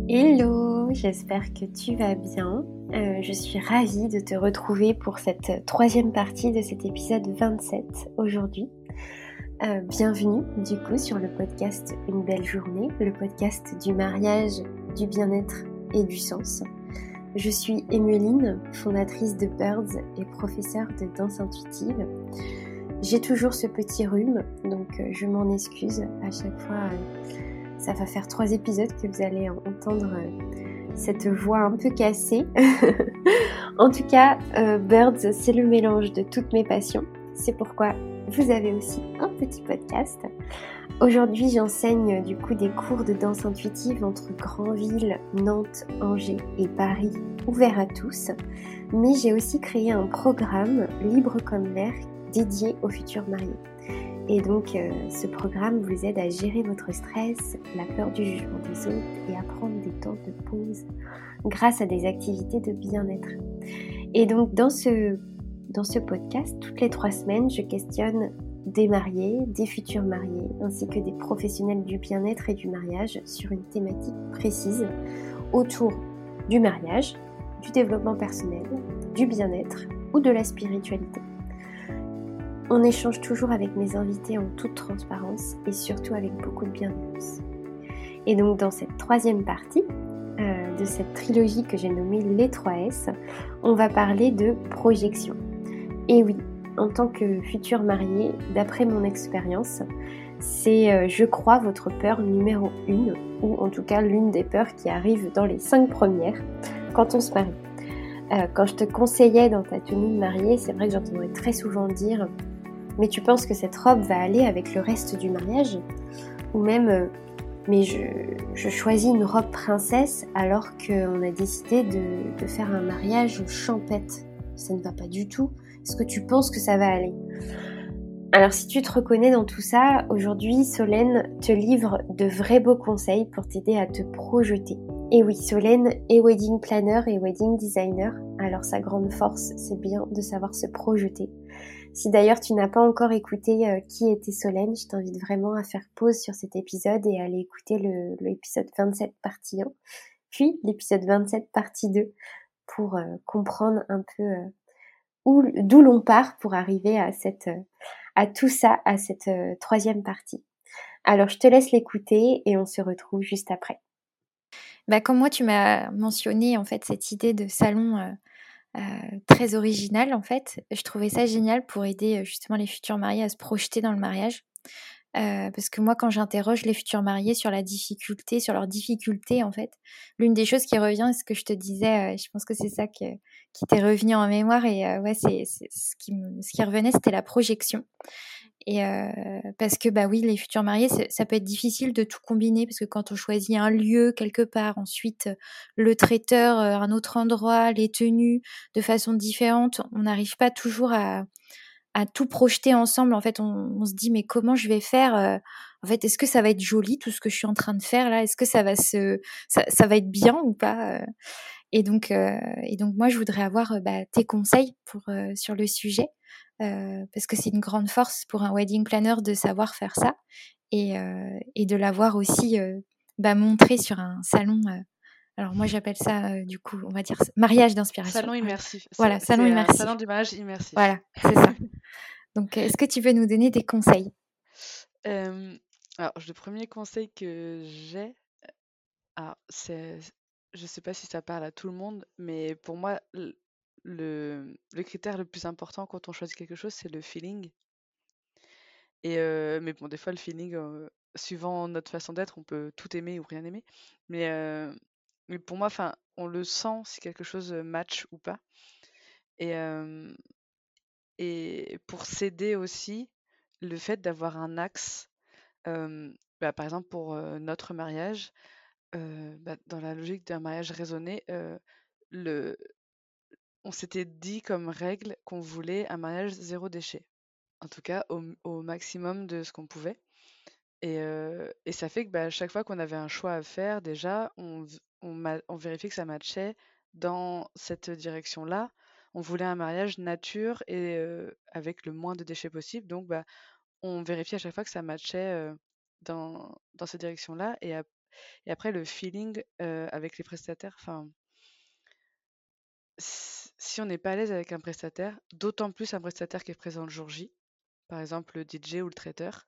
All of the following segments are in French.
Hello, j'espère que tu vas bien. Je suis ravie de te retrouver pour cette troisième partie de cet épisode 27 aujourd'hui. Bienvenue du coup sur le podcast Une belle journée, le podcast du mariage, du bien-être et du sens. Je suis Emeline, fondatrice de Birds et professeure de danse intuitive. J'ai toujours ce petit rhume, donc je m'en excuse à chaque fois. Ça va faire 3 épisodes que vous allez entendre cette voix un peu cassée. En tout cas, Birds, c'est le mélange de toutes mes passions. C'est pourquoi vous avez aussi un petit podcast. Aujourd'hui, j'enseigne du coup des cours de danse intuitive entre Granville, Nantes, Angers et Paris, ouverts à tous. Mais j'ai aussi créé un programme libre comme l'air dédié aux futurs mariés. Et donc, ce programme vous aide à gérer votre stress, la peur du jugement des autres et à prendre des temps de pause grâce à des activités de bien-être. Et donc, dans ce podcast, toutes les 3 semaines, je questionne des mariés, des futurs mariés, ainsi que des professionnels du bien-être et du mariage sur une thématique précise autour du mariage, du développement personnel, du bien-être ou de la spiritualité. On échange toujours avec mes invités en toute transparence et surtout avec beaucoup de bienveillance. Et donc dans cette troisième partie de cette trilogie que j'ai nommée les 3S, on va parler de projection. Et oui, en tant que futur marié, d'après mon expérience, c'est, je crois, votre peur numéro 1, ou en tout cas l'une des peurs qui arrive dans les 5 premières quand on se marie. Quand je te conseillais dans ta tenue de mariée, c'est vrai que j'entendais très souvent dire « Mais tu penses que cette robe va aller avec le reste du mariage ?» Ou même « Mais je choisis une robe princesse alors qu'on a décidé de faire un mariage champêtre. Ça ne va pas du tout. Est-ce que tu penses que ça va aller ?» Alors si tu te reconnais dans tout ça, aujourd'hui Solène te livre de vrais beaux conseils pour t'aider à te projeter. Et oui, Solène est wedding planner et wedding designer, alors sa grande force, c'est bien de savoir se projeter. Si d'ailleurs tu n'as pas encore écouté qui était Solène, je t'invite vraiment à faire pause sur cet épisode et à aller écouter l'épisode 27 partie 1, puis l'épisode 27 partie 2 pour comprendre un peu d'où l'on part pour arriver à tout ça, à cette troisième partie. Alors je te laisse l'écouter et on se retrouve juste après. Comme moi, tu m'as mentionné en fait cette idée de salon très originale en fait. Je trouvais ça génial pour aider justement les futurs mariés à se projeter dans le mariage. Parce que moi, quand j'interroge les futurs mariés sur leurs difficultés en fait, l'une des choses qui revient, ce que je te disais, je pense que c'est ça qui t'est revenu en mémoire et ouais, c'est ce qui revenait, c'était la projection. Et parce que oui, les futurs mariés, ça peut être difficile de tout combiner parce que quand on choisit un lieu quelque part, ensuite le traiteur, un autre endroit, les tenues de façon différente, on n'arrive pas toujours à tout projeter ensemble. En fait, on se dit mais comment je vais faire en fait, est-ce que ça va être joli tout ce que je suis en train de faire là? Est-ce que ça va va être bien ou pas? Et donc moi, je voudrais avoir tes conseils sur le sujet parce que c'est une grande force pour un wedding planner de savoir faire ça et de l'avoir aussi montré sur un salon. Alors moi, j'appelle ça du coup, on va dire mariage d'inspiration. Salon immersif. Voilà, salon C'est un immersif. salon du mariage immersif. Voilà, c'est ça. Donc, est-ce que tu veux nous donner des conseils? Alors, le premier conseil que j'ai, alors je sais pas si ça parle à tout le monde, mais pour moi, le critère le plus important quand on choisit quelque chose, c'est le feeling. Mais bon, des fois, le feeling, suivant notre façon d'être, on peut tout aimer ou rien aimer. Mais pour moi, enfin, on le sent si quelque chose match ou pas. Et, et pour s'aider aussi, le fait d'avoir un axe. Par exemple, pour notre mariage, dans la logique d'un mariage raisonné, le on s'était dit comme règle qu'on voulait un mariage zéro déchet. En tout cas, au maximum de ce qu'on pouvait. Et ça fait que à chaque fois qu'on avait un choix à faire, déjà, on vérifiait que ça matchait dans cette direction-là. On voulait un mariage nature et avec le moins de déchets possible. Donc, on vérifiait à chaque fois que ça matchait dans cette direction-là. Et après, le feeling avec les prestataires, enfin, si on n'est pas à l'aise avec un prestataire, d'autant plus un prestataire qui est présent le jour J, par exemple le DJ ou le traiteur,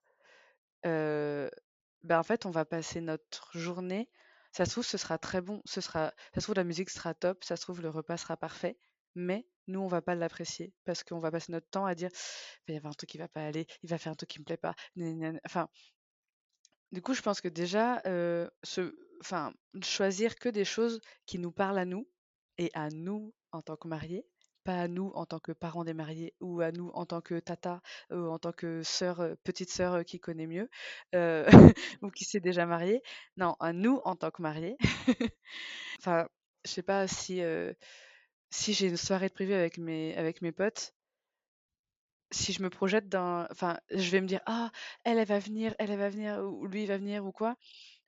bah, en fait, on va passer notre journée. Ça se trouve, ce sera très bon. Ça se trouve, la musique sera top. Ça se trouve, le repas sera parfait. Mais nous, on va pas l'apprécier parce qu'on va passer notre temps à dire, il va y avoir un truc qui va pas aller, il va faire un truc qui me plaît pas. Enfin, du coup, je pense que déjà, enfin, choisir que des choses qui nous parlent à nous et à nous en tant que mariés, pas à nous en tant que parents des mariés ou à nous en tant que tata ou en tant que sœur, petite sœur qui connaît mieux euh, ou qui s'est déjà mariée. Non, à nous en tant que mariés. Enfin, je sais pas si j'ai une soirée de prévue avec mes potes, si je me projette dans, enfin, je vais me dire, ah, elle va venir, ou lui, il va venir, ou quoi.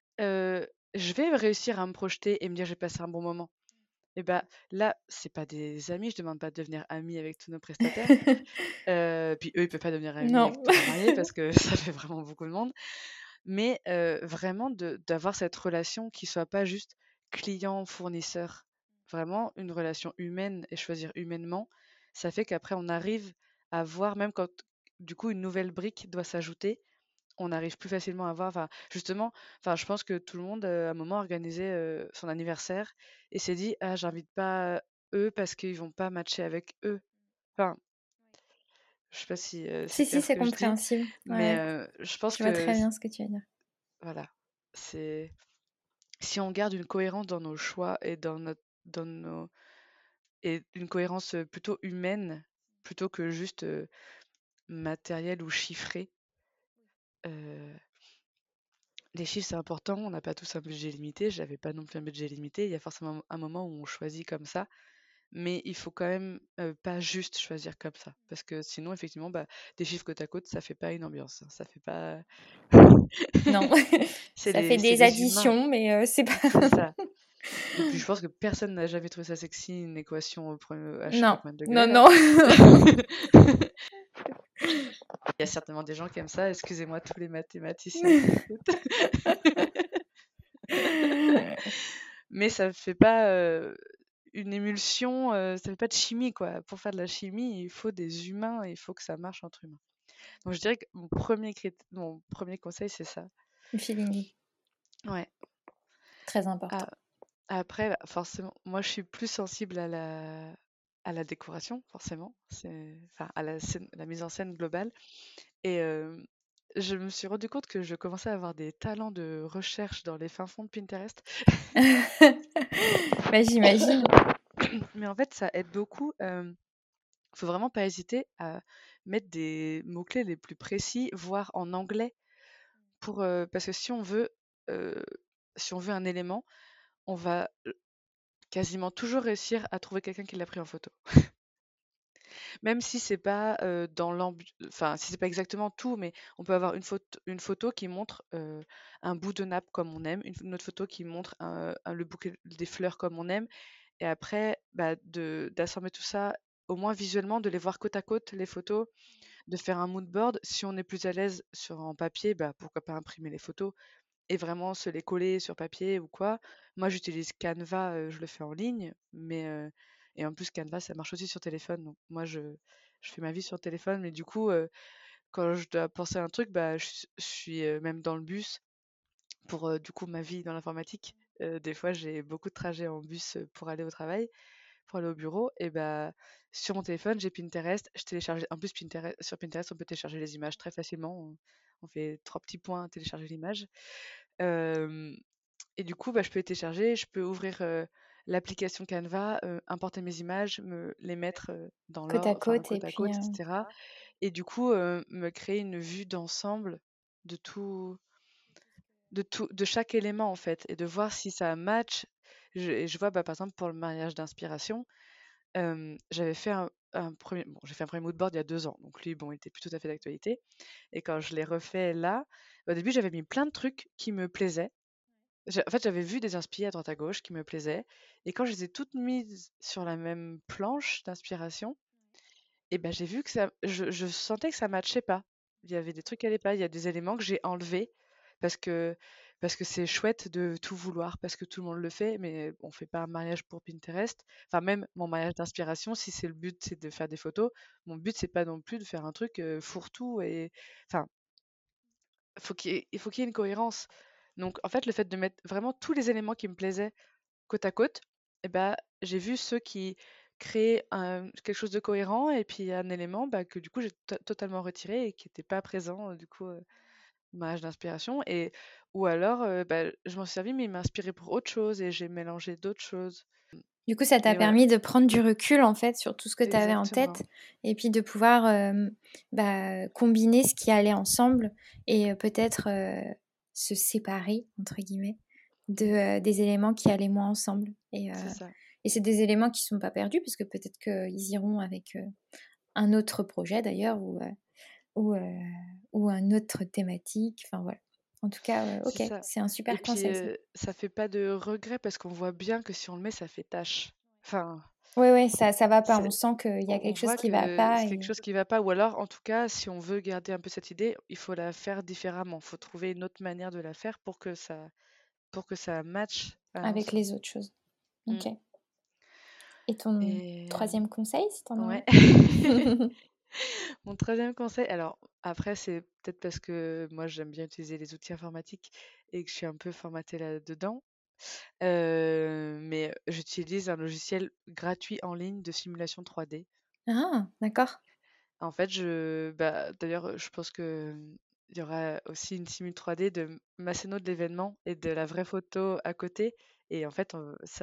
Je vais réussir à me projeter et me dire: «Je vais passer un bon moment». Et bah, là, c'est pas des amis, je demande pas de devenir ami avec tous nos prestataires. Puis eux, ils peuvent pas devenir amis avec Non. tous nos mariés parce que ça fait vraiment beaucoup de monde. Mais vraiment d'avoir cette relation qui soit pas juste client-fournisseur. Vraiment une relation humaine et choisir humainement, ça fait qu'après on arrive à voir, même quand, du coup, une nouvelle brique doit s'ajouter, on arrive plus facilement à voir, enfin, justement, enfin, je pense que tout le monde, à un moment, a organisé son anniversaire et s'est dit: «Ah, j'invite pas eux parce qu'ils vont pas matcher avec eux». Enfin, je sais pas si c'est Si, si, clair ce c'est que je dis, compréhensible. mais Ouais, je pense je vois que très bien ce que tu veux dire. voilà, c'est si on garde une cohérence dans nos choix et dans nos et une cohérence plutôt humaine, plutôt que juste matérielle ou chiffrée. euh, Les chiffres, c'est important, on n'a pas tous un budget limité, j'avais pas non plus un budget limité, il y a forcément un moment où on choisit comme ça, mais il faut quand même pas juste choisir comme ça, parce que sinon, effectivement, bah, des chiffres côte à côte, ça fait pas une ambiance, hein, ça fait pas... Non, ça fait C'est des les humains, additions, mais c'est pas... c'est ça. Et puis je pense que personne n'a jamais trouvé ça sexy, une équation à je sais pas Non, combien de degrés non, là. non. Il y a certainement des gens qui aiment ça, excusez-moi tous les mathématiciens qui m'écoutent. Mais ça fait pas une émulsion, ça fait pas de chimie quoi. Pour faire de la chimie, il faut des humains, il faut que ça marche entre humains. Donc je dirais que mon premier conseil, c'est ça. Le feeling, Ouais. très Ah, important. après, bah, forcément, moi je suis plus sensible à la décoration, forcément. Enfin, à la mise en scène globale. Et je me suis rendu compte que je commençais à avoir des talents de recherche dans les fins fonds de Pinterest. Bah, j'imagine. Mais en fait, ça aide beaucoup. Faut vraiment pas hésiter à mettre des mots-clés les plus précis, voire en anglais, parce que euh, si on veut un élément, on va quasiment toujours réussir à trouver quelqu'un qui l'a pris en photo. Même si c'est pas enfin si c'est pas exactement tout, mais on peut avoir une photo qui montre un bout de nappe comme on aime, une autre photo qui montre le bouquet des fleurs comme on aime, et après bah, d'assembler tout ça, au moins visuellement, de les voir côte à côte, les photos, de faire un mood board. Si on est plus à l'aise en papier, bah, pourquoi pas imprimer les photos et vraiment se les coller sur papier ou quoi. Moi, j'utilise Canva, je le fais en ligne, mais et en plus Canva, ça marche aussi sur téléphone. Donc moi, je fais ma vie sur téléphone, mais du coup, quand je dois penser à un truc, bah, je suis même dans le bus pour du coup ma vie dans l'informatique. Des fois, j'ai beaucoup de trajets en bus pour aller au travail, pour aller au bureau, et bah sur mon téléphone, j'ai Pinterest. Je télécharge. En plus, sur Pinterest, on peut télécharger les images très facilement. On fait 3 petits points, télécharger l'image. Euh, et du coup, bah, je peux les télécharger, je peux ouvrir l'application Canva, importer mes images, les mettre dans Côte à l'ordre, enfin côte, et côte à puis... côte, etc. Et du coup, me créer une vue d'ensemble de de chaque élément en fait, et de voir si ça match. Et je vois, bah, par exemple, pour le mariage d'inspiration, j'avais fait j'ai fait un premier mood board il y a 2 ans, donc lui, bon, il était plus tout à fait d'actualité. Et quand je l'ai refait là, au début, j'avais mis plein de trucs qui me plaisaient. En fait, j'avais vu des inspi à droite à gauche qui me plaisaient. Et quand je les ai toutes mises sur la même planche d'inspiration, et ben, j'ai vu que je sentais que ça matchait pas. Il y avait des trucs qui allaient pas. Il y a des éléments que j'ai enlevés parce que, parce que c'est chouette de tout vouloir, parce que tout le monde le fait, mais on fait pas un mariage pour Pinterest. Enfin, même mon mariage d'inspiration, si c'est le but, c'est de faire des photos, mon but, c'est pas non plus de faire un truc fourre-tout. Et enfin, il faut qu'il y ait une cohérence. Donc, en fait, le fait de mettre vraiment tous les éléments qui me plaisaient côte à côte, et ben, j'ai vu ceux qui créaient quelque chose de cohérent et puis un élément que du coup j'ai totalement retiré et qui n'était pas présent du coup au mariage d'inspiration. Et ou alors je m'en suis servi mais il m'a inspiré pour autre chose et j'ai mélangé d'autres choses. Du coup, ça t'a Et voilà, permis de prendre du recul en fait sur tout ce que tu avais en exactement. tête et puis de pouvoir combiner ce qui allait ensemble et peut-être se séparer, entre guillemets, des éléments qui allaient moins ensemble. C'est ça. Et c'est des éléments qui ne sont pas perdus parce que peut-être qu'ils iront avec un autre projet d'ailleurs ou un autre thématique. Enfin voilà. En tout cas, C'est ok, ça. c'est un Et super puis conseil ça. ça fait pas de regret parce qu'on voit bien que si on le met, ça fait tâche. Enfin, Oui, oui, ça va pas. On c'est sent qu'il y a on quelque chose voit qui va que pas. c'est quelque chose qui va pas, ou alors en tout cas, si on veut garder un peu cette idée, il faut la faire différemment. Il faut trouver une autre manière de la faire pour que ça matche Avec ensemble. les autres choses. Mm. Ok. Et ton Et troisième conseil, si t'en as ouais. un? Mon troisième conseil, alors après, c'est peut-être parce que moi j'aime bien utiliser les outils informatiques et que je suis un peu formatée là-dedans. Mais j'utilise un logiciel gratuit en ligne de simulation 3D. Ah, d'accord. En fait, d'ailleurs, je pense que il y aura aussi une simu 3D de ma scéno de l'événement et de la vraie photo à côté. Et en fait,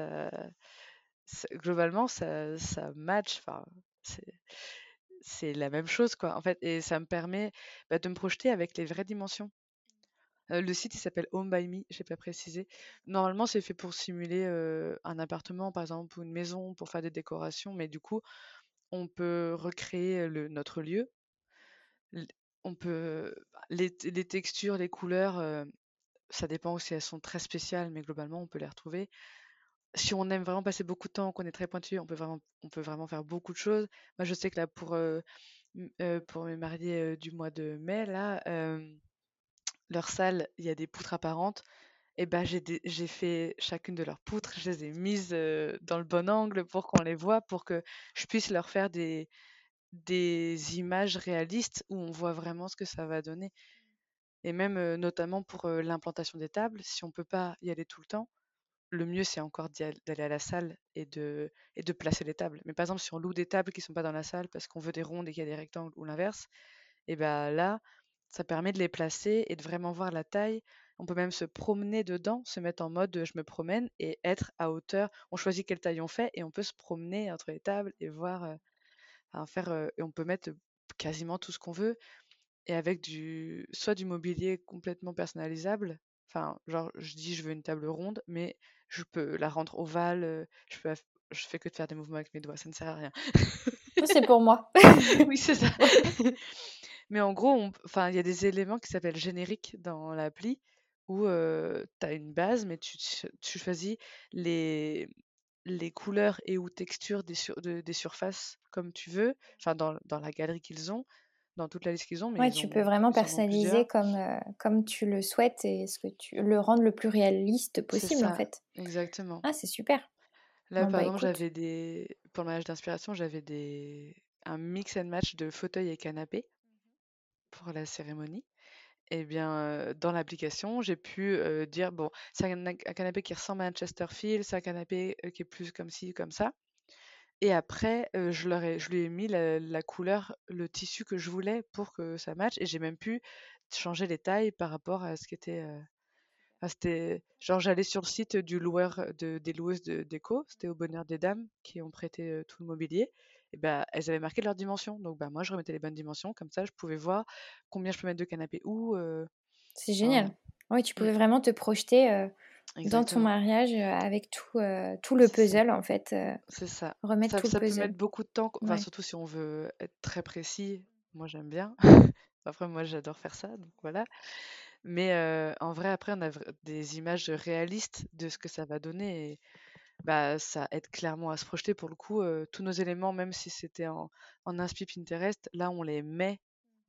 globalement, ça match. Enfin, c'est, c'est la même chose, quoi. En fait, et ça me permet de me projeter avec les vraies dimensions. Le site, il s'appelle Home by Me, j'ai pas précisé. Normalement, c'est fait pour simuler un appartement, par exemple, ou une maison, pour faire des décorations. Mais du coup, on peut recréer notre lieu. L- On peut les textures, les couleurs, ça dépend si elles sont très spéciales, mais globalement, on peut les retrouver. Si on aime vraiment passer beaucoup de temps, qu'on est très pointu, on peut vraiment faire beaucoup de choses. Moi, je sais que là, pour mes mariés du mois de mai, là, leur salle, il y a des poutres apparentes. Et ben, j'ai fait chacune de leurs poutres, je les ai mises dans le bon angle pour qu'on les voit, pour que je puisse leur faire des images réalistes où on voit vraiment ce que ça va donner. Et même notamment pour l'implantation des tables, si on peut pas y aller tout le temps, le mieux c'est encore d'aller à la salle et de placer les tables. Mais par exemple, si on loue des tables qui sont pas dans la salle parce qu'on veut des rondes et qu'il y a des rectangles ou l'inverse, et ben là, ça permet de les placer et de vraiment voir la taille. On peut même se promener dedans, se mettre en mode je me promène et être à hauteur. On choisit quelle taille on fait et on peut se promener entre les tables et voir, et on peut mettre quasiment tout ce qu'on veut et avec soit du mobilier complètement personnalisable. Enfin, genre, je dis je veux une table ronde, mais je peux la rendre ovale. Je fais que de faire des mouvements avec mes doigts, ça ne sert à rien. C'est pour moi. Oui, c'est ça. Mais en gros, enfin, il y a des éléments qui s'appellent génériques dans l'appli où tu as une base, mais tu choisis les, les couleurs et ou textures des surfaces comme tu veux, enfin dans la galerie qu'ils ont, dans toute la liste qu'ils ont, mais Ouais, tu peux vraiment ils en ont personnaliser plusieurs. comme tu le souhaites et ce que tu le rendre le plus réaliste C'est possible en ça, fait. exactement. Ah, c'est super. Là, Bon par bah exemple, écoute. pour le mariage d'inspiration, un mix and match de fauteuils et canapés pour la cérémonie. Et bien, dans l'application, j'ai pu dire, bon, c'est un canapé qui ressemble à un Chesterfield, c'est un canapé qui est plus comme ci, comme ça. Et après, je lui ai mis la couleur, le tissu que je voulais pour que ça matche. Et j'ai même pu changer les tailles par rapport à ce qui était. C'était genre j'allais sur le site du loueur des loueuses de déco, c'était au Bonheur des Dames qui ont prêté tout le mobilier. Et ben elles avaient marqué leurs dimensions. Donc bah moi je remettais les bonnes dimensions, comme ça je pouvais voir combien je peux mettre de canapé où. C'est Enfin, génial. Oui, tu mm, pouvais vraiment te projeter dans ton exactement. mariage avec tout le C'est ça. puzzle en fait. C'est ça. Remettre tout le Ça peut puzzle. mettre beaucoup de temps, enfin Ouais. surtout si on veut être très précis. Moi j'aime bien. Après moi j'adore faire ça, donc voilà. Mais en vrai après on a des images réalistes de ce que ça va donner. Bah, ça aide clairement à se projeter pour le coup, tous nos éléments, même si c'était en inspi Pinterest, là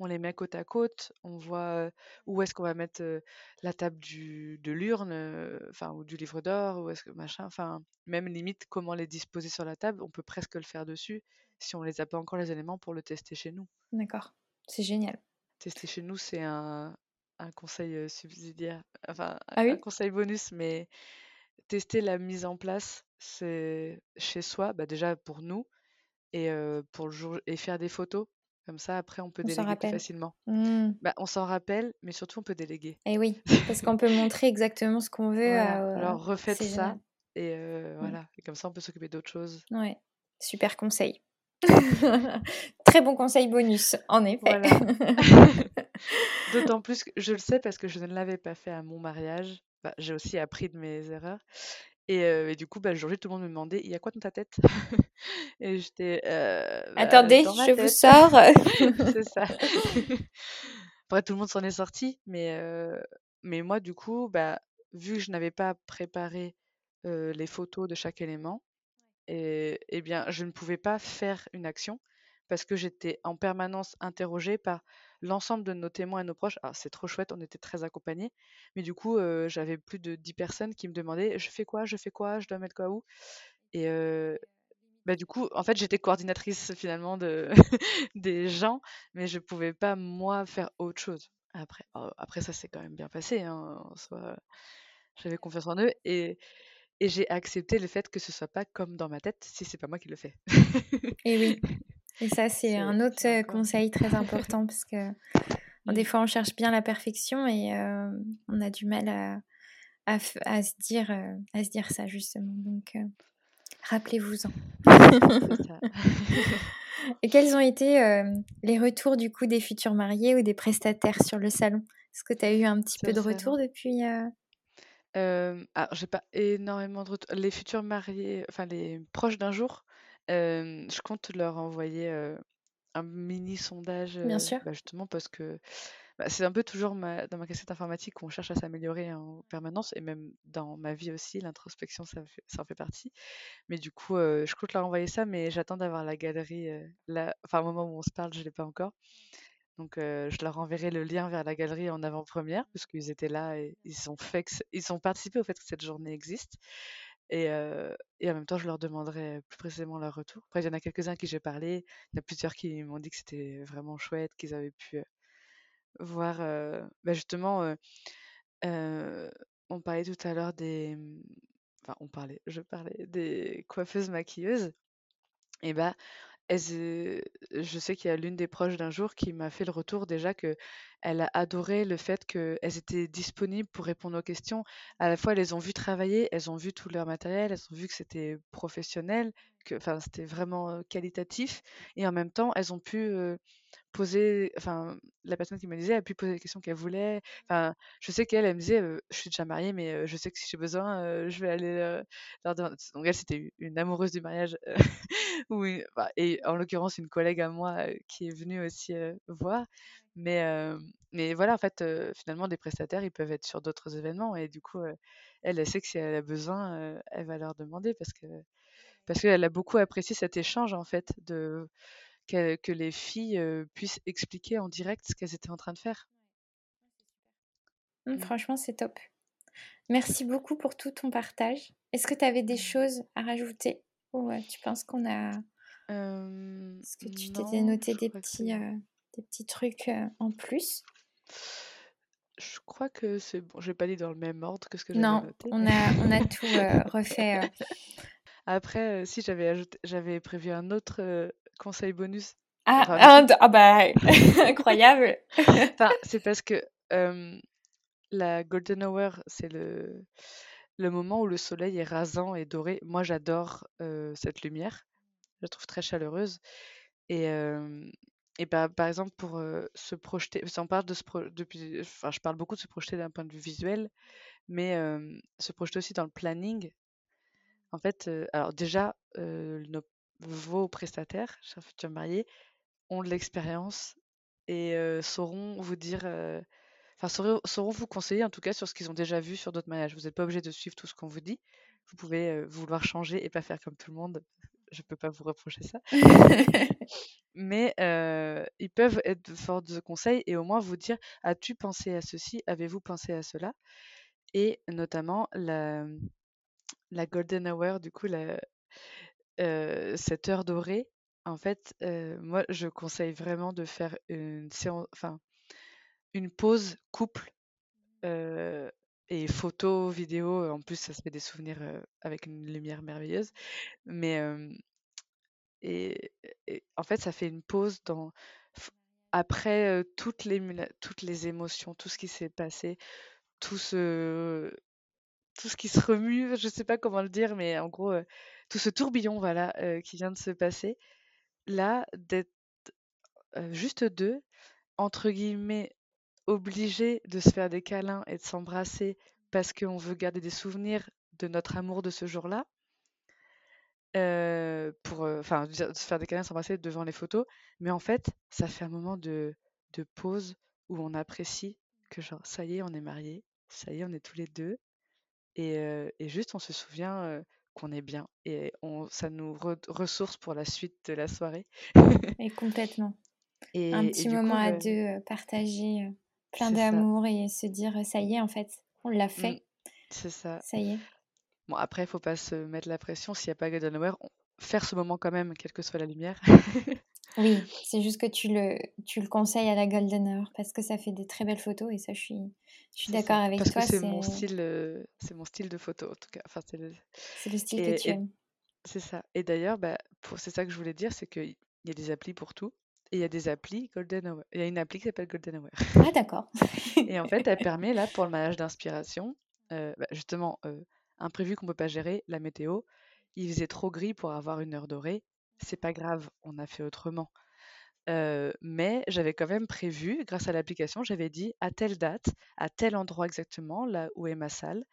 on les met côte à côte, on voit où est-ce qu'on va mettre la table de l'urne, enfin, ou du livre d'or, où est-ce que machin, enfin, même limite comment les disposer sur la table, on peut presque le faire dessus si on les a pas encore les éléments pour le tester chez nous. D'accord, c'est génial. Tester chez nous, c'est un conseil subsidiaire, enfin, Ah un oui? conseil bonus, mais tester la mise en place, c'est chez soi, bah déjà pour nous, et pour le jour, et faire des photos. Comme ça, après, on peut On s'en déléguer plus rappelle. facilement. Mmh. Bah, on s'en rappelle, mais surtout, on peut déléguer. Et oui, parce qu'on peut montrer exactement ce qu'on veut Voilà, genre refaites c'est ça, génial. et Mmh. voilà. Et comme ça, on peut s'occuper d'autres choses. Ouais, super conseil. Très bon conseil bonus, en effet. Voilà. D'autant plus que je le sais parce que je ne l'avais pas fait à mon mariage. Bah, j'ai aussi appris de mes erreurs. Et du coup, bah, le jour J, tout le monde me demandait, il y a quoi dans ta tête? Et j'étais bah, Attendez, dans ma je vous tête. sors. C'est ça. Après, tout le monde s'en est sorti, mais moi, du coup, bah, vu que je n'avais pas préparé les photos de chaque élément, et bien, je ne pouvais pas faire une action parce que j'étais en permanence interrogée par l'ensemble de nos témoins et nos proches. Alors, c'est trop chouette, on était très accompagnés, mais du coup, j'avais plus de 10 personnes qui me demandaient, je fais quoi, je fais quoi, je dois mettre quoi où? Et bah, du coup, en fait, j'étais coordinatrice finalement des gens, mais je pouvais pas moi faire autre chose. Après ça s'est quand même bien passé, hein, en soi, j'avais confiance en eux, et j'ai accepté le fait que ce soit pas comme dans ma tête si c'est pas moi qui le fais. Et oui, et ça, c'est un C'est autre encore conseil très important parce que des mmh, fois, on cherche bien la perfection et on a du mal à se dire ça, justement. Donc, rappelez-vous-en. c'est ça. Et quels ont été les retours, du coup, des futurs mariés ou des prestataires sur le salon? Est-ce que tu as eu un petit Sur peu le de salon. retour depuis Alors j'ai pas énormément de les futurs mariés, enfin les proches d'un jour, je compte leur envoyer, un mini sondage, Bien sûr. bah, justement parce que, bah, c'est un peu toujours dans ma casquette informatique qu'on cherche à s'améliorer en permanence, et même dans ma vie aussi, l'introspection, ça en fait partie. Mais du coup, je compte leur envoyer ça, mais j'attends d'avoir la galerie, là, enfin au moment où on se parle, je l'ai pas encore. Donc je leur enverrai le lien vers la galerie en avant-première, puisqu'ils étaient là et ils ont participé au fait que cette journée existe. Et en même temps, je leur demanderai plus précisément leur retour. Après, il y en a quelques-uns à qui j'ai parlé. Il y en a plusieurs qui m'ont dit que c'était vraiment chouette, qu'ils avaient pu voir, bah, justement, heu, on parlait tout à l'heure enfin je parlais des coiffeuses maquilleuses, et bah, je sais qu'il y a l'une des proches d'un jour qui m'a fait le retour déjà que elle a adoré le fait qu'elles étaient disponibles pour répondre aux questions. À la fois, elles les ont vues travailler, elles ont vu tout leur matériel, elles ont vu que c'était professionnel, que enfin, c'était vraiment, qualitatif, et en même temps, elles ont pu, poser, enfin, la personne qui me disait a pu poser les questions qu'elle voulait. Enfin, je sais qu'elle, elle me disait, «Je suis déjà mariée, mais je sais que si j'ai besoin, je vais aller, leur demander». Donc elle, c'était une amoureuse du mariage, oui, bah, et en l'occurrence, une collègue à moi, qui est venue aussi, voir. Mais mais voilà, en fait, finalement, des prestataires, ils peuvent être sur d'autres événements, et du coup, elle sait que si elle a besoin, elle va leur demander parce qu'elle a beaucoup apprécié cet échange, en fait, que les filles, puissent expliquer en direct ce qu'elles étaient en train de faire. Mmh. Franchement, c'est top. Merci beaucoup pour tout ton partage. Est-ce que tu avais des choses à rajouter ou tu penses qu'on a est-ce que tu t'étais Non, noté des petits trucs, en plus? je crois que c'est bon. J'ai pas dit dans le même ordre que ce que j'avais Non, noté, on mais a tout, refait, après, si j'avais prévu un autre, conseil bonus, ah! enfin un autre truc. Ah bah, incroyable! Enfin, c'est parce que, la golden hour, c'est le moment où le soleil est rasant et doré. Moi, j'adore, cette lumière. Je la trouve très chaleureuse, et hem et bah, par exemple, pour, se projeter, parce qu'on parle de se pro depuis enfin, je parle beaucoup de se projeter d'un point de vue visuel, mais se projeter aussi dans le planning. En fait, alors déjà, vos prestataires, chers futurs mariés, ont de l'expérience, et sauront vous dire, enfin sauront vous conseiller en tout cas sur ce qu'ils ont déjà vu sur d'autres mariages. Vous n'êtes pas obligé de suivre tout ce qu'on vous dit. Vous pouvez, vouloir changer et pas faire comme tout le monde. Je peux pas vous reprocher ça. mais ils peuvent être forts de conseils et au moins vous dire: «As-tu pensé à ceci? Avez-vous pensé à cela?» Et notamment la golden hour, du coup, cette heure dorée, en fait, moi, je conseille vraiment de faire une pause couple, heu et photo, vidéo, en plus, ça se fait des souvenirs, avec une lumière merveilleuse. Mais, et en fait, ça fait une pause dans f après, toutes les émotions, tout ce qui s'est passé, tout ce tout ce qui se remue, je sais pas comment le dire, mais en gros, tout ce tourbillon, voilà, qui vient de se passer. Là, d'être, juste 2, entre guillemets, obligés de se faire des câlins et de s'embrasser parce qu'on veut garder des souvenirs de notre amour de ce jour-là, enfin, de se faire des câlins, s'embrasser devant les photos. Mais en fait, ça fait un moment de pause où on apprécie que genre: «Ça y est, on est mariés, ça y est, on est tous les 2. Et juste on se souvient, qu'on est bien et on ça nous ressource pour la suite de la soirée. Et complètement. Un Et petit du moment coup, à deux, partagé, plein c'est ça. d'amour et se dire, ça y est, en fait, on l'a Mmh, fait, c'est ça. ça y est. Bon après, il faut pas se mettre la pression s'il y a pas golden hour, faire ce moment quand même, quelle que soit la lumière. Oui, c'est juste que tu le conseilles à la golden hour parce que ça fait des très belles photos et ça, je suis C'est d'accord ça. avec Parce que toi, c'est mon style de photo en tout cas. Enfin, c'est le style que tu et aimes. c'est ça. Et d'ailleurs, bah, c'est ça que je voulais dire, c'est qu'il y a des applis pour tout et il y a des applis golden hour. Il y a une appli qui s'appelle golden hour. Ah d'accord. Et en fait, elle permet là pour le mariage d'inspiration, justement, imprévu qu'on peut pas gérer, la météo. Il faisait trop gris pour avoir une heure dorée. C'est pas grave, on a fait autrement. Mais j'avais quand même prévu, grâce à l'application, j'avais dit: «À telle date, à tel endroit exactement, là où est ma salle».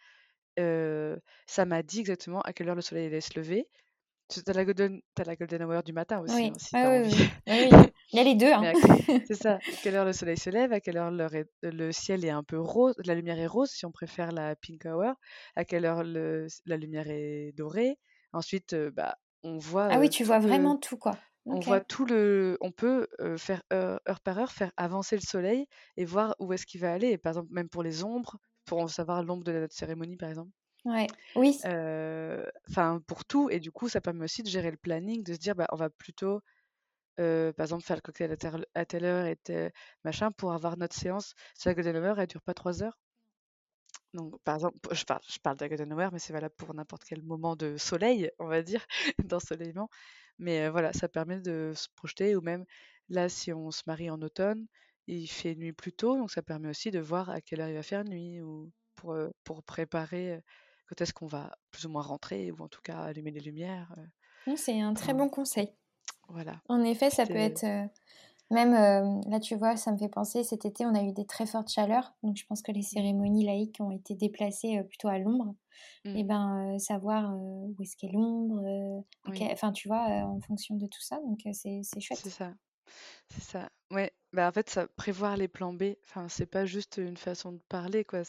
Ça m'a dit exactement à quelle heure le soleil allait se lever. Tu as la golden hour du matin aussi, Oui, hein, si oui, tu as oui, envie. oui, oui, oui. Il y a les deux, Mais hein. c'est ça, à quelle heure le soleil se lève, à quelle heure le ciel est un peu rose, la lumière est rose si on préfère la pink hour, à quelle heure la lumière est dorée. Ensuite, bah, on voit Ah oui, tu tout vois le, vraiment tout, quoi. on Ok. voit tout le, on peut faire heure par heure, faire avancer le soleil et voir où est-ce qu'il va aller. Et par exemple, même pour les ombres, pour en savoir l'ombre de notre cérémonie, par exemple. Ouais. Oui. Enfin, pour tout. Et du coup, ça permet aussi de gérer le planning, de se dire, bah, on va plutôt par exemple, faire le cocktail à telle heure et machin pour avoir notre séance. C'est la golden hour, elle dure pas 3 heures. Donc, par exemple, je parle de la golden hour, mais c'est valable pour n'importe quel moment de soleil, on va dire, d'ensoleillement. Mais voilà, ça permet de se projeter. Ou même là, si on se marie en automne, il fait nuit plus tôt, donc ça permet aussi de voir à quelle heure il va faire nuit ou pour préparer quand est-ce qu'on va plus ou moins rentrer ou en tout cas allumer les lumières. Non, c'est un très Enfin, bon conseil. voilà. En effet, ça peut C'était. être même là, tu vois, ça me fait penser, cet été, on a eu des très fortes chaleurs, donc je pense que les Mm, cérémonies laïques ont été déplacées plutôt à l'ombre. mm, Et ben, savoir où est-ce qu'est l'ombre, oui. enfin, tu vois, en fonction de tout ça, donc c'est C'est chouette. ça, c'est ça. Ouais, bah en fait, ça, prévoir les plans B, enfin, c'est pas juste une façon de parler, quoi.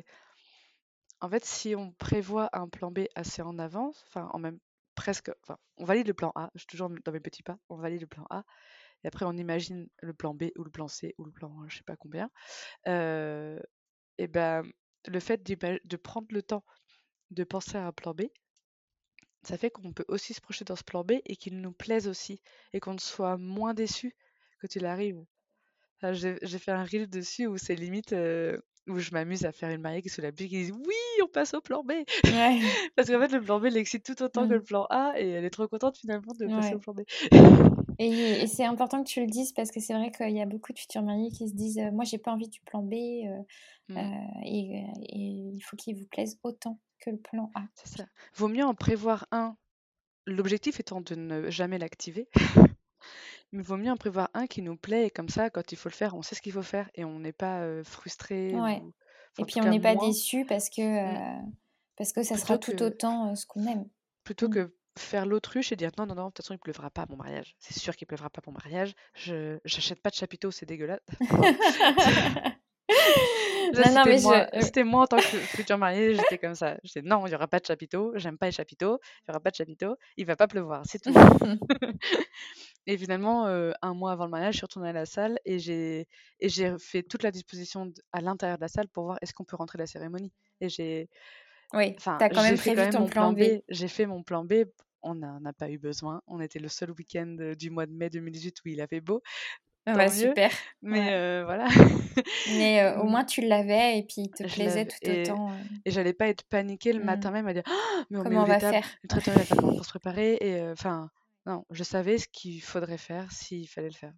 En fait, si on prévoit un plan B assez en avance, enfin, en même presque, enfin, on valide le plan A, je suis toujours dans mes petits pas, on valide le plan A, et après, on imagine le plan B ou le plan C ou le plan je sais pas combien. Euh, et ben, le fait de prendre le temps de penser à un plan B, ça fait qu'on peut aussi se projeter dans ce plan B et qu'il nous plaise aussi, et qu'on ne soit moins déçu quand il arrive. Ah, j'ai fait un reel dessus où c'est limite où je m'amuse à faire une mariée qui est sous la pluie qui dit oui, on passe au plan B. Ouais, Parce qu'en fait, le plan B l'excite tout autant que le mmh, plan A et elle est trop contente finalement de passer au ouais. plan B. Et c'est important que tu le dises parce que c'est vrai qu'il y a beaucoup de futurs mariés qui se disent moi j'ai pas envie du plan B Mm, et il faut qu'il vous plaise autant que le plan A. c'est ça. Vaut mieux en prévoir un, l'objectif étant de ne jamais l'activer, mais vaut mieux en prévoir un qui nous plaît et comme ça, quand il faut le faire, on sait ce qu'il faut faire et on n'est pas frustré Ouais. ou, enfin, Et en tout puis on cas n'est pas moins, déçu mm, parce que ça sera plutôt tout que autant ce qu'on aime. plutôt Mmh. que faire l'autruche et dire non, non, non, de toute façon, il pleuvra pas à mon mariage. C'est sûr qu'il pleuvra pas à mon mariage. J'achète pas de chapiteau, c'est dégueulasse. Pardon. Ça, Non, non, c'était mais moi. C'était moi en tant que futur mariée, j'étais comme ça. J'étais non, il y aura pas de chapiteau. J'aime pas les chapiteaux. Il y aura pas de chapiteau. Il va pas pleuvoir, c'est tout. Et finalement, un mois avant le mariage, je suis retournée à la salle et j'ai fait toute la disposition à l'intérieur de la salle pour voir est-ce qu'on peut rentrer à la cérémonie. Et Oui, enfin, t'as quand j'ai même fait quand prévu même ton mon plan plan B. B. J'ai fait mon plan B. On n'a pas eu besoin. On était le seul week-end du mois de mai 2018 où il a fait beau. Ah Tant bah mieux. super. Mais Ouais. voilà. Mais au moins tu l'avais et puis il te Je plaisait l'avais tout autant. et j'allais pas être paniquée le matin Mmh. même à dire: «Ah, mais Comment où on les va tables? faire? Le traiteur il va faire comment pour se préparer?» et enfin, non, je savais ce qu'il faudrait faire s'il fallait le faire.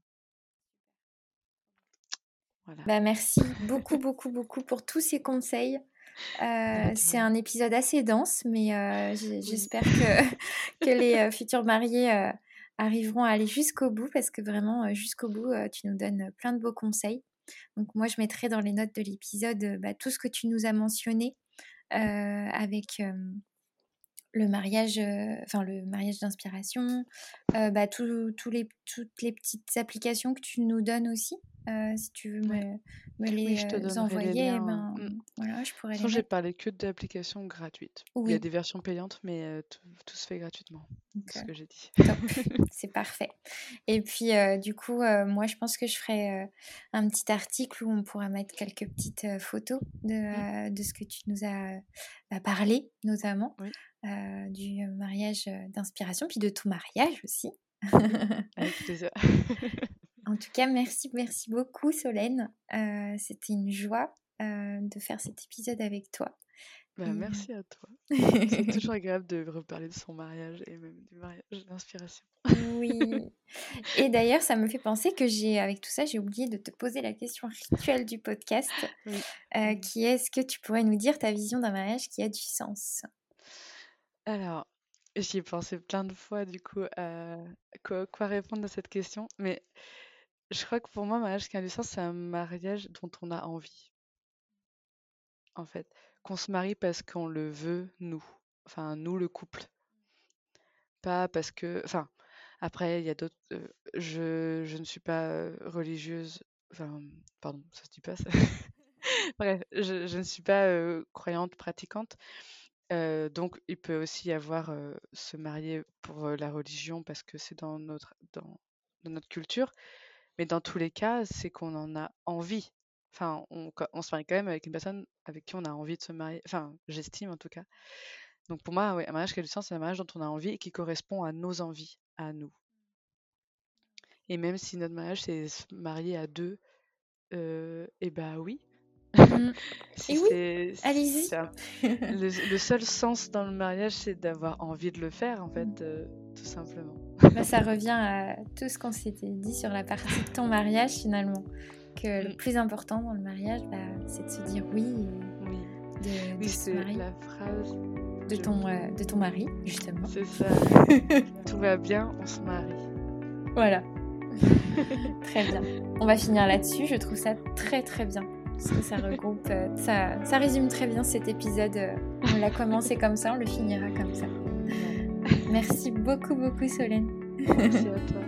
Voilà. Bah merci beaucoup, beaucoup, beaucoup pour tous ces conseils. De C'est rien. un épisode assez dense, mais Oui. j'espère que les futurs mariés arriveront à aller jusqu'au bout parce que vraiment, jusqu'au bout, tu nous donnes plein de beaux conseils. Donc moi, je mettrai dans les notes de l'épisode tout ce que tu nous as mentionné avec le mariage, le mariage d'inspiration, toutes les petites applications que tu nous donnes aussi. Si tu veux Ouais. me Oui, les je te donnerai les envoyer, liens. De voilà, je toute pourrais les façon, j'ai mettre. parlé que d'applications gratuites. Il y a Oui, des versions payantes, mais tout se fait gratuitement. donc C'est ce que j'ai dit. top, c'est parfait. Et puis du coup, moi je pense que je ferai un petit article où on pourra mettre quelques petites photos de ce que tu nous as parlé, notamment Oui, du mariage d'inspiration, puis de ton mariage aussi. avec plaisir. En tout cas, merci, merci beaucoup Solène. C'était une joie de faire cet épisode avec toi. Bah, Et... merci à toi. C'est toujours agréable de reparler de son mariage et même du mariage d'inspiration. Oui. Et d'ailleurs, ça me fait penser que avec tout ça, j'ai oublié de te poser la question rituelle du podcast, Oui. qui est, est-ce que tu pourrais nous dire ta vision d'un mariage qui a du sens? Alors, j'y ai pensé plein de fois, du coup, à quoi répondre à cette question. Mais je crois que pour moi, un mariage qui a du sens, c'est un mariage dont on a envie, en fait. Qu'on se marie parce qu'on le veut, nous. Enfin, nous, le couple. Pas parce que... Enfin, après, il y a d'autres... je ne suis pas religieuse. Enfin, pardon, ça se dit pas ça. Bref, je ne suis pas croyante, pratiquante. Donc, il peut aussi y avoir se marier pour la religion parce que c'est dans notre culture. Mais dans tous les cas, c'est qu'on en a envie. Enfin, on se marie quand même avec une personne avec qui on a envie de se marier. Enfin, j'estime en tout cas. Donc pour moi, ouais, un mariage qui a du sens, c'est un mariage dont on a envie et qui correspond à nos envies, à nous. Et même si notre mariage, c'est se marier à deux, et bah oui. Mm. Si Et oui, c'est allez-y. le seul sens dans le mariage, c'est d'avoir envie de le faire, en fait, tout simplement. Ça revient à tout ce qu'on s'était dit sur la partie de ton mariage finalement. Que le plus important dans le mariage, c'est de se dire oui et de se c'est marier. la phrase De ton mari, justement. C'est ça. Tout va bien, on se marie. Voilà. Très bien. On va finir là-dessus. Je trouve ça très très bien. Parce que ça regroupe, ça résume très bien cet épisode. On l'a commencé comme ça, on le finira comme ça. Merci beaucoup beaucoup Solène. Merci à toi.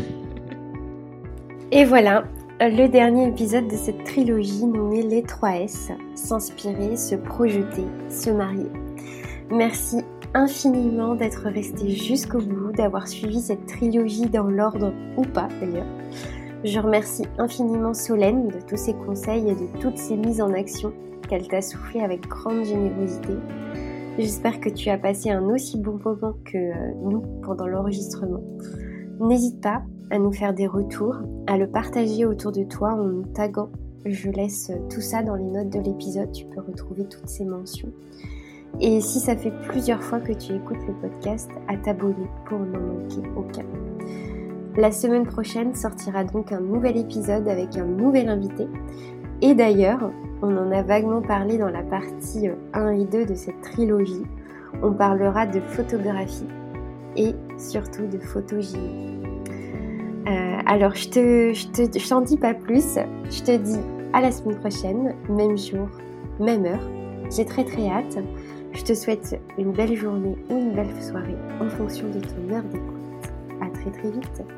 Et voilà, le dernier épisode de cette trilogie nommée Les 3S, s'inspirer, se projeter, se marier. Merci infiniment d'être resté jusqu'au bout, d'avoir suivi cette trilogie dans l'ordre ou pas d'ailleurs. Je remercie infiniment Solène de tous ses conseils et de toutes ses mises en action qu'elle t'a soufflé avec grande générosité. J'espère que tu as passé un aussi bon moment que nous pendant l'enregistrement. N'hésite pas à nous faire des retours, à le partager autour de toi en nous taguant. Je laisse tout ça dans les notes de l'épisode, tu peux retrouver toutes ces mentions. Et si ça fait plusieurs fois que tu écoutes le podcast, à t'abonner pour n'en manquer aucun. La semaine prochaine sortira donc un nouvel épisode avec un nouvel invité. Et d'ailleurs, on en a vaguement parlé dans la partie 1 et 2 de cette trilogie. On parlera de photographie et surtout de photogénie. Alors, je t'en dis pas plus. Je te dis à la semaine prochaine, même jour, même heure. J'ai très très hâte. Je te souhaite une belle journée ou une belle soirée en fonction de ton heure d'écoute. À très très vite.